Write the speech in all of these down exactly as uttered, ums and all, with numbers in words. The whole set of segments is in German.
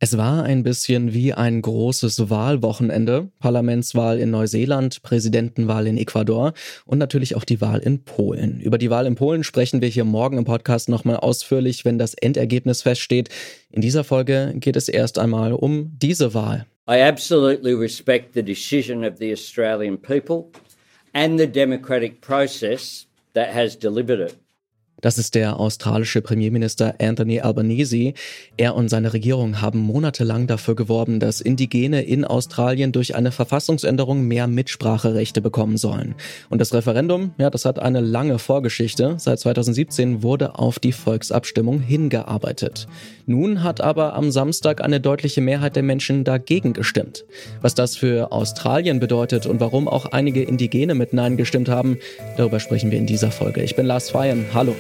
Es war ein bisschen wie ein großes Wahlwochenende. Parlamentswahl in Neuseeland, Präsidentenwahl in Ecuador und natürlich auch die Wahl in Polen. Über die Wahl in Polen sprechen wir hier morgen im Podcast nochmal ausführlich, wenn das Endergebnis feststeht. In dieser Folge geht es erst einmal um diese Wahl. I absolutely respect the decision of the Australian people and the democratic process that has delivered it. Das ist der australische Premierminister Anthony Albanese. Er und seine Regierung haben monatelang dafür geworben, dass Indigene in Australien durch eine Verfassungsänderung mehr Mitspracherechte bekommen sollen. Und das Referendum, ja, das hat eine lange Vorgeschichte. Seit zweitausendsiebzehn wurde auf die Volksabstimmung hingearbeitet. Nun hat aber am Samstag eine deutliche Mehrheit der Menschen dagegen gestimmt. Was das für Australien bedeutet und warum auch einige Indigene mit Nein gestimmt haben, darüber sprechen wir in dieser Folge. Ich bin Lars Feyen. Hallo.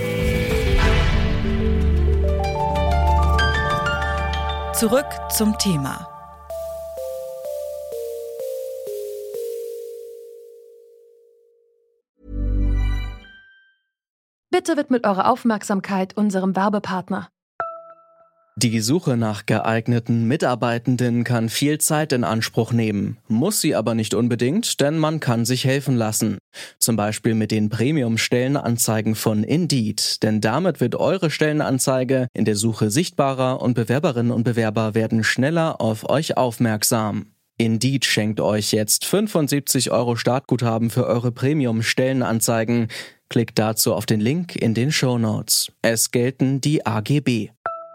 Zurück zum Thema. Bitte widmet eure Aufmerksamkeit unserem Werbepartner. Die Suche nach geeigneten Mitarbeitenden kann viel Zeit in Anspruch nehmen, muss sie aber nicht unbedingt, denn man kann sich helfen lassen. Zum Beispiel mit den Premium-Stellenanzeigen von Indeed, denn damit wird eure Stellenanzeige in der Suche sichtbarer und Bewerberinnen und Bewerber werden schneller auf euch aufmerksam. Indeed schenkt euch jetzt fünfundsiebzig Euro Startguthaben für eure Premium-Stellenanzeigen. Klickt dazu auf den Link in den Shownotes. Es gelten die A G B.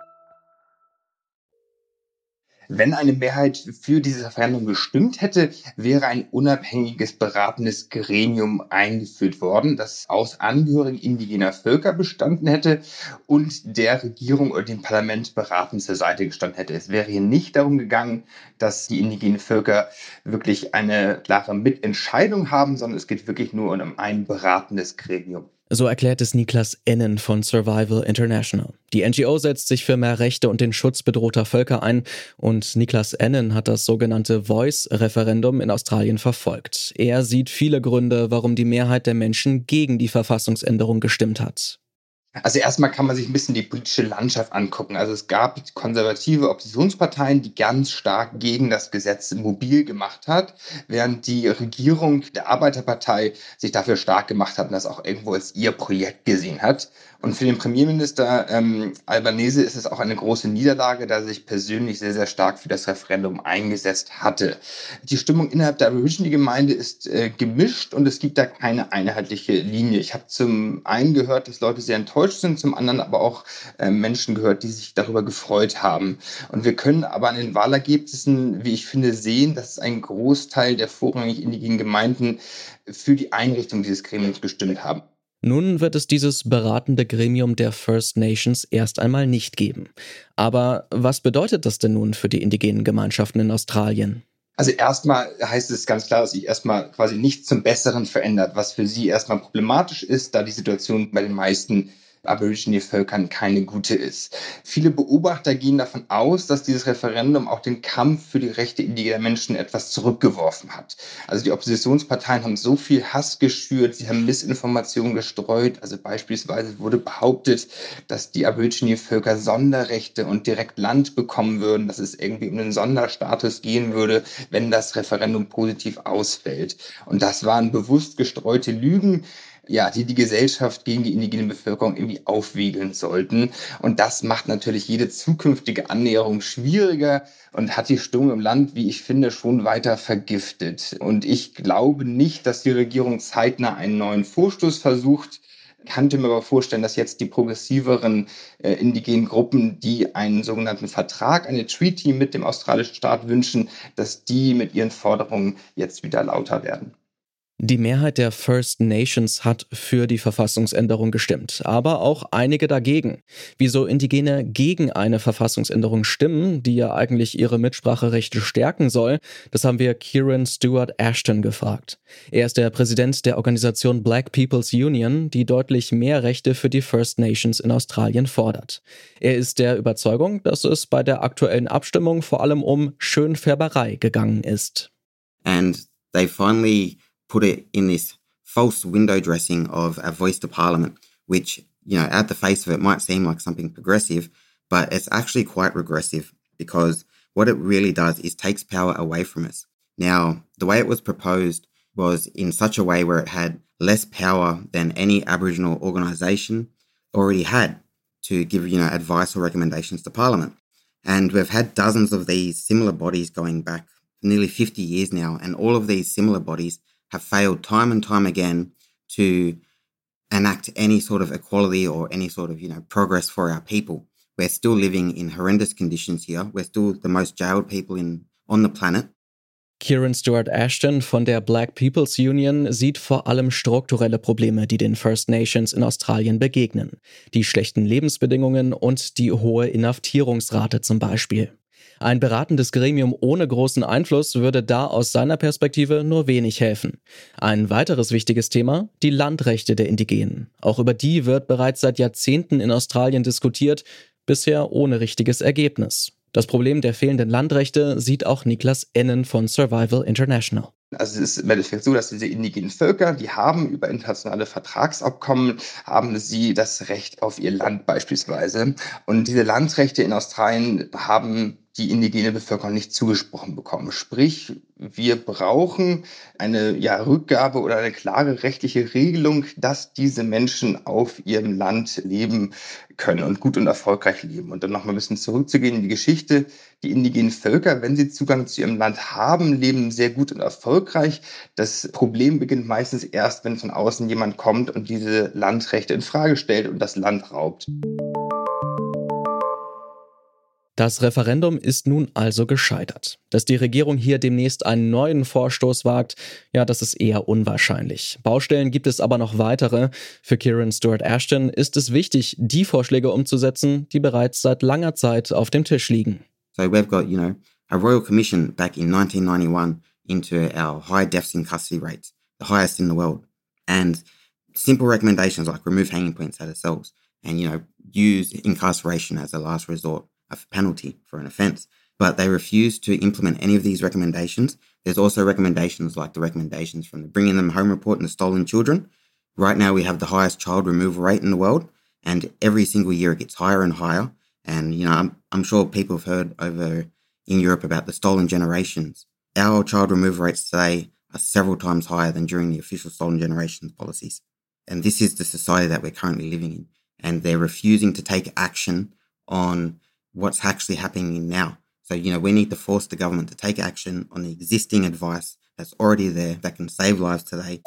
Wenn eine Mehrheit für dieses Referendum gestimmt hätte, wäre ein unabhängiges beratendes Gremium eingeführt worden, das aus Angehörigen indigener Völker bestanden hätte und der Regierung oder dem Parlament beratend zur Seite gestanden hätte. Es wäre hier nicht darum gegangen, dass die indigenen Völker wirklich eine klare Mitentscheidung haben, sondern es geht wirklich nur um ein beratendes Gremium. So erklärt es Niklas Ennen von Survival International. Die N G O setzt sich für mehr Rechte und den Schutz bedrohter Völker ein und Niklas Ennen hat das sogenannte Voice-Referendum in Australien verfolgt. Er sieht viele Gründe, warum die Mehrheit der Menschen gegen die Verfassungsänderung gestimmt hat. Also erstmal kann man sich ein bisschen die politische Landschaft angucken. Also es gab konservative Oppositionsparteien, die ganz stark gegen das Gesetz mobil gemacht hat, während die Regierung der Arbeiterpartei sich dafür stark gemacht hat und das auch irgendwo als ihr Projekt gesehen hat. Und für den Premierminister ähm, Albanese ist es auch eine große Niederlage, da er sich persönlich sehr, sehr stark für das Referendum eingesetzt hatte. Die Stimmung innerhalb der Aborigine-Gemeinde ist äh, gemischt und es gibt da keine einheitliche Linie. Ich habe zum einen gehört, dass Leute sehr enttäuscht sind, zum anderen aber auch äh, Menschen gehört, die sich darüber gefreut haben. Und wir können aber an den Wahlergebnissen, wie ich finde, sehen, dass ein Großteil der vorrangig indigenen Gemeinden für die Einrichtung dieses Gremiums gestimmt haben. Nun wird es dieses beratende Gremium der First Nations erst einmal nicht geben. Aber was bedeutet das denn nun für die indigenen Gemeinschaften in Australien? Also erstmal heißt es ganz klar, dass sich erstmal quasi nichts zum Besseren verändert, was für sie erstmal problematisch ist, da die Situation bei den meisten Aborigine-Völkern keine gute ist. Viele Beobachter gehen davon aus, dass dieses Referendum auch den Kampf für die Rechte indigener Menschen etwas zurückgeworfen hat. Also die Oppositionsparteien haben so viel Hass geschürt, sie haben Missinformationen gestreut. Also beispielsweise wurde behauptet, dass die Aborigine-Völker Sonderrechte und direkt Land bekommen würden, dass es irgendwie um einen Sonderstatus gehen würde, wenn das Referendum positiv ausfällt. Und das waren bewusst gestreute Lügen, ja, die die Gesellschaft gegen die indigene Bevölkerung irgendwie aufwiegeln sollten. Und das macht natürlich jede zukünftige Annäherung schwieriger und hat die Stimmung im Land, wie ich finde, schon weiter vergiftet. Und ich glaube nicht, dass die Regierung zeitnah einen neuen Vorstoß versucht. Ich könnte mir aber vorstellen, dass jetzt die progressiveren äh, indigenen Gruppen, die einen sogenannten Vertrag, eine Treaty mit dem australischen Staat wünschen, dass die mit ihren Forderungen jetzt wieder lauter werden. Die Mehrheit der First Nations hat für die Verfassungsänderung gestimmt, aber auch einige dagegen. Wieso Indigene gegen eine Verfassungsänderung stimmen, die ja eigentlich ihre Mitspracherechte stärken soll, das haben wir Kieran Stewart Ashton gefragt. Er ist der Präsident der Organisation Black People's Union, die deutlich mehr Rechte für die First Nations in Australien fordert. Er ist der Überzeugung, dass es bei der aktuellen Abstimmung vor allem um Schönfärberei gegangen ist. And they finally put it in this false window dressing of a voice to parliament, which, you know, at the face of it might seem like something progressive, but it's actually quite regressive. because what it really does is takes power away from us. Now, the way it was proposed was in such a way where it had less power than any Aboriginal organisation already had to give, you know, advice or recommendations to Parliament. And we've had dozens of these similar bodies going back nearly fifty years now, and all of these similar bodies have failed time and time again to enact any sort of equality or any sort of, you know, progress for our people. We're still living in horrendous conditions here. We're still the most jailed people in on the planet. Kieran Stewart Ashton von der Black People's Union sieht vor allem strukturelle Probleme, die den First Nations in Australien begegnen. Die schlechten Lebensbedingungen und die hohe Inhaftierungsrate zum Beispiel. Ein beratendes Gremium ohne großen Einfluss würde da aus seiner Perspektive nur wenig helfen. Ein weiteres wichtiges Thema, die Landrechte der Indigenen. Auch über die wird bereits seit Jahrzehnten in Australien diskutiert, bisher ohne richtiges Ergebnis. Das Problem der fehlenden Landrechte sieht auch Niklas Ennen von Survival International. Also es ist im Endeffekt so, dass diese indigenen Völker, die haben über internationale Vertragsabkommen, haben sie das Recht auf ihr Land beispielsweise. Und diese Landrechte in Australien haben die indigene Bevölkerung nicht zugesprochen bekommen. Sprich, wir brauchen eine ja, Rückgabe oder eine klare rechtliche Regelung, dass diese Menschen auf ihrem Land leben können und gut und erfolgreich leben. Und dann noch mal ein bisschen zurückzugehen in die Geschichte. Die indigenen Völker, wenn sie Zugang zu ihrem Land haben, leben sehr gut und erfolgreich. Das Problem beginnt meistens erst, wenn von außen jemand kommt und diese Landrechte in Frage stellt und das Land raubt. Das Referendum ist nun also gescheitert. Dass die Regierung hier demnächst einen neuen Vorstoß wagt, ja, das ist eher unwahrscheinlich. Baustellen gibt es aber noch weitere. Für Kieran Stewart Ashton ist es wichtig, die Vorschläge umzusetzen, die bereits seit langer Zeit auf dem Tisch liegen. So we've got, you know, a Royal Commission back in nineteen ninety-one into our high deaths in custody rates, the highest in the world. And simple recommendations like remove hanging points out of cells and, you know, use incarceration as a last resort. A penalty for an offence, but they refuse to implement any of these recommendations. There's also recommendations like the recommendations from the Bringing Them Home report and the Stolen Children. Right now we have the highest child removal rate in the world, and every single year it gets higher and higher. And, you know, I'm, I'm sure people have heard over in Europe about the stolen generations. Our child removal rates today are several times higher than during the official stolen generations policies. And this is the society that we're currently living in. And they're refusing to take action on what's actually happening now. So, you know, we need to force the government to take action on the existing advice that's already there that can save lives today.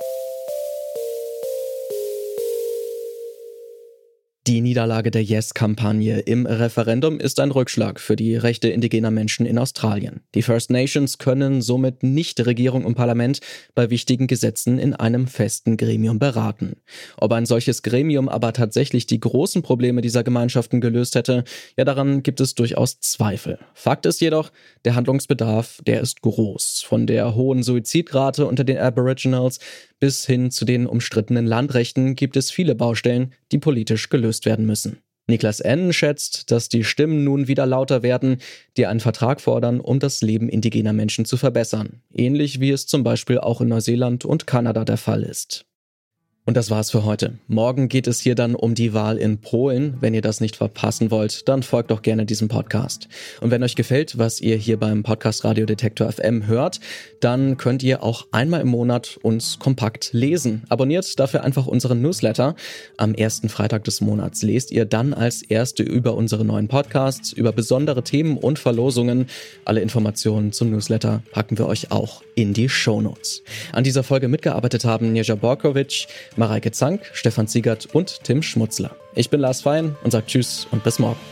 Die Niederlage der Yes-Kampagne im Referendum ist ein Rückschlag für die Rechte indigener Menschen in Australien. Die First Nations können somit nicht Regierung und Parlament bei wichtigen Gesetzen in einem festen Gremium beraten. Ob ein solches Gremium aber tatsächlich die großen Probleme dieser Gemeinschaften gelöst hätte, ja, daran gibt es durchaus Zweifel. Fakt ist jedoch, der Handlungsbedarf, der ist groß. Von der hohen Suizidrate unter den Aboriginals bis hin zu den umstrittenen Landrechten gibt es viele Baustellen, die politisch gelöst werden müssen. Niklas Ennen schätzt, dass die Stimmen nun wieder lauter werden, die einen Vertrag fordern, um das Leben indigener Menschen zu verbessern. Ähnlich wie es zum Beispiel auch in Neuseeland und Kanada der Fall ist. Und das war's für heute. Morgen geht es hier dann um die Wahl in Polen. Wenn ihr das nicht verpassen wollt, dann folgt doch gerne diesem Podcast. Und wenn euch gefällt, was ihr hier beim Podcast Radio Detektor F M hört, dann könnt ihr auch einmal im Monat uns kompakt lesen. Abonniert dafür einfach unseren Newsletter. Am ersten Freitag des Monats lest ihr dann als Erste über unsere neuen Podcasts, über besondere Themen und Verlosungen. Alle Informationen zum Newsletter packen wir euch auch in die Shownotes. An dieser Folge mitgearbeitet haben Njeja Borkovic, Mareike Zank, Stefan Ziegert und Tim Schmutzler. Ich bin Lars Fein und sage Tschüss und bis morgen.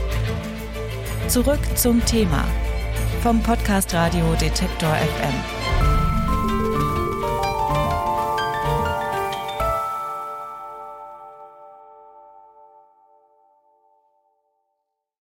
Zurück zum Thema vom Podcast Radio Detektor F M.